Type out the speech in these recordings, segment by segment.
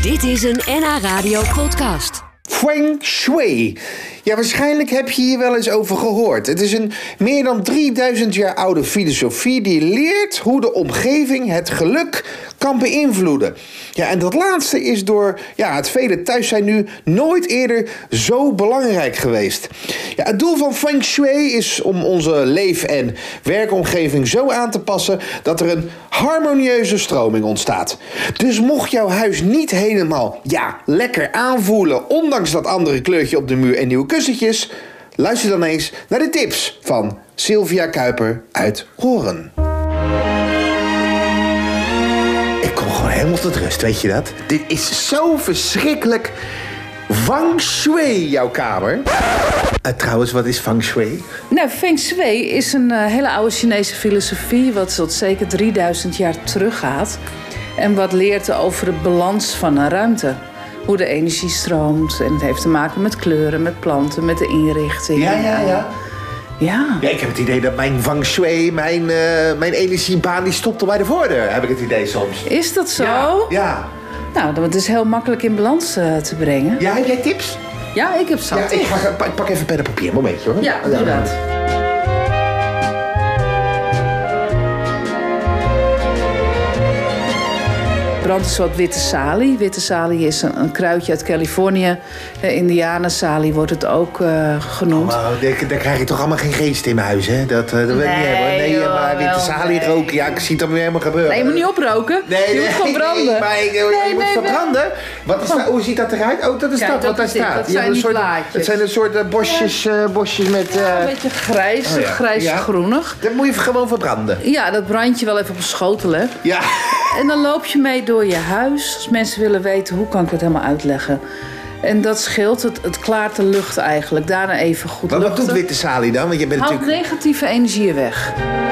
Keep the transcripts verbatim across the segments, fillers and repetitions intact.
Dit is een N H Radio podcast. Feng Shui. Ja, waarschijnlijk heb je hier wel eens over gehoord. Het is een meer dan drieduizend jaar oude filosofie die leert hoe de omgeving het geluk kan beïnvloeden. Ja, en dat laatste is door ja, het vele thuis zijn nu nooit eerder zo belangrijk geweest. Ja, het doel van Feng Shui is om onze leef- en werkomgeving zo aan te passen dat er een harmonieuze stroming ontstaat. Dus mocht jouw huis niet helemaal ja, lekker aanvoelen, ondanks dat andere kleurtje op de muur en nieuwe kussentjes, luister dan eens naar de tips van Sylvia Kuiper uit Horen. Ik kom gewoon helemaal tot rust, weet je dat? Dit is zo verschrikkelijk Feng Shui, jouw kamer. Uh, trouwens, wat is Feng Shui? Nou, Feng Shui is een uh, hele oude Chinese filosofie wat tot zeker drieduizend jaar teruggaat. En wat leert over de balans van een ruimte. Hoe de energie stroomt. En het heeft te maken met kleuren, met planten, met de inrichting. Ja, ja, ja. Ja. Ja, ik heb het idee dat mijn Feng Shui, mijn, uh, mijn energiebaan, die stopt al bij de voordeur. Heb ik het idee soms. Is dat zo? Ja. ja. Nou, dat is heel makkelijk in balans uh, te brengen. Ja, heb jij tips? Ja, ik heb zat Ja, tips. ik, ga, ik pak even pen en papier, een momentje hoor. Ja, doe dat. Brand is wat witte salie. Witte salie is een, een kruidje uit Californië. Uh, Indianensalie wordt het ook uh, genoemd. Oh, daar, daar krijg je toch allemaal geen geest in mijn huis, hè? Dat, uh, dat wil ik Nee, niet hebben. Nee, joh, maar witte wel, salie nee. roken, ja, ik zie het dan weer helemaal gebeuren. Nee, je moet niet oproken. Nee, je nee, moet gewoon branden. Nee, maar ik, Nee, je moet nee, verbranden. Wat is dat, hoe ziet dat eruit? Oh, dat is Kijk, dat, dat wat daar is dit. staat. Dat Je zijn hebt een die soort, blaadjes. het zijn een soort uh, bosjes, uh, bosjes met... Uh, Ja, een beetje grijs, oh ja. grijs-groenig. Dat moet je gewoon verbranden. Ja, dat brand je wel even op een schotel, hè. Ja. En dan loop je mee door je huis. Als mensen willen weten, hoe kan ik het helemaal uitleggen? En dat scheelt, het, het klaart de lucht eigenlijk. Daarna even goed Maar luchten. wat doet witte salie dan? Want je bent Haalt natuurlijk... negatieve energieën weg.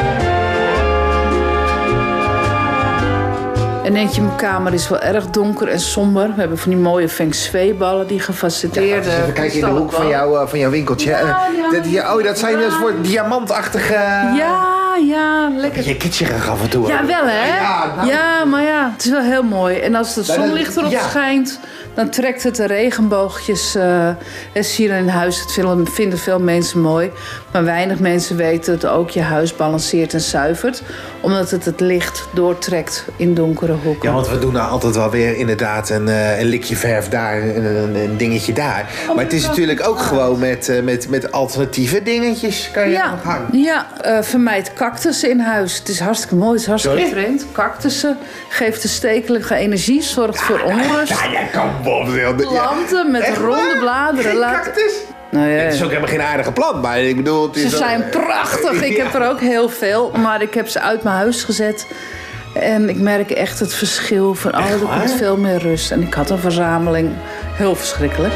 En denk je, mijn kamer is wel erg donker en somber. We hebben van die mooie Feng Shui ballen, die gefacetteerde... Ja, even kijken in de hoek van, jou, uh, van jouw winkeltje. Ja, ja, dat, ja, oh, dat zijn ja. een soort diamantachtige... Ja, ja, lekker. Je kitscherig af en toe. Ja, wel hè? Ja, nou. Ja, maar ja, het is wel heel mooi. En als het Nou, dat- zonlicht erop ja. schijnt, dan trekt het de regenboogjes. Uh, en zie je in huis, het vinden, vinden veel mensen mooi. Maar weinig mensen weten dat ook je huis balanceert en zuivert. Omdat het het licht doortrekt in donkere hoeken. Ja, want we doen nou altijd wel weer inderdaad een, uh, een likje verf daar, een, een, een dingetje daar. Oh, maar het is natuurlijk ook gewoon met, uh, met, met alternatieve dingetjes kan je Ja, nog hangen. ja uh, vermijd cactussen in huis. Het is hartstikke mooi, het is hartstikke Sorry? vreemd. Cactussen geeft de stekelige energie, zorgt voor onrust. Ja, jij kan wel. Planten met Echt ronde waar? bladeren. Geen Laat... cactus? Nou ja, Het is ook helemaal geen aardige plant, maar ik bedoel... Het is ze wel- zijn prachtig. Ik Ja. heb er ook heel veel. Maar ik heb ze uit mijn huis gezet. En ik merk echt het verschil van... Oh, er waar? komt veel meer rust. En ik had een verzameling. Heel verschrikkelijk.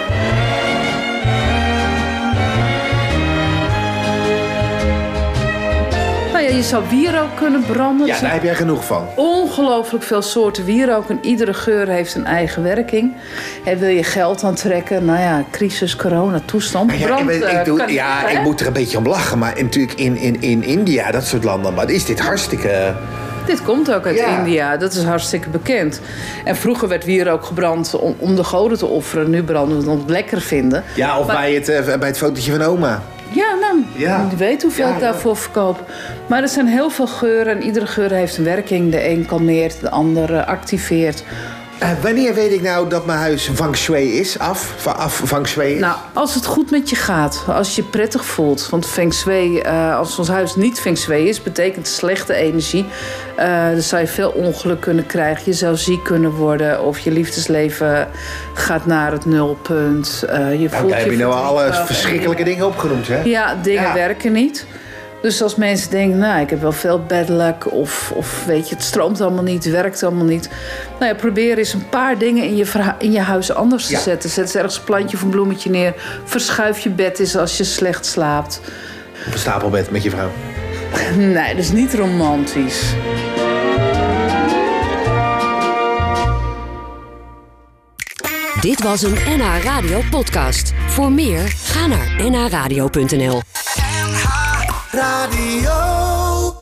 Nou ja, je zou wierook kunnen branden. Ja, daar heb jij genoeg van. Ongelooflijk veel soorten wierook en iedere geur heeft een eigen werking. En wil je geld aantrekken, nou ja, crisis, corona, toestand, Ja, brand, ik, ben- eh, ik, doe, kan niet, ja hè? ik moet er een beetje om lachen, maar natuurlijk in, in, in India, dat soort landen, maar is dit hartstikke... Dit komt ook uit Ja. India, dat is hartstikke bekend. En vroeger werd wierook gebrand om, om de goden te offeren. Nu branden we het omdat we het lekker vinden. Ja, of Maar- bij, het, uh, bij het fotootje van oma. Ja, nou, Ja. je weet hoeveel Ja, ik ja. daarvoor verkoop. Maar er zijn heel veel geuren en iedere geur heeft een werking. De een kalmeert, de ander uh, activeert. Uh, wanneer weet ik nou dat mijn huis Feng Shui is? Af, van af Feng Shui is? Nou, als het goed met je gaat, als je je prettig voelt. Want Feng Shui, uh, als ons huis niet Feng Shui is, betekent slechte energie. Uh, dan zou je veel ongeluk kunnen krijgen. Je zou ziek kunnen worden of je liefdesleven gaat naar het nulpunt. Uh, je Nou, voelt daar heb je je nou alle verdrietig. verschrikkelijke dingen opgenoemd, hè? Ja, dingen Ja. werken niet. Dus als mensen denken, nou, ik heb wel veel bad luck... Of, of weet je, het stroomt allemaal niet, werkt allemaal niet. Nou ja, probeer eens een paar dingen in je, verha- in je huis anders te Ja. zetten. Zet eens ergens een plantje of een bloemetje neer. Verschuif je bed eens als je slecht slaapt. Op een stapelbed met je vrouw. Nee, dat is niet romantisch. Dit was een N H Radio podcast. Voor meer, ga naar n h radio punt n l. N H Radio.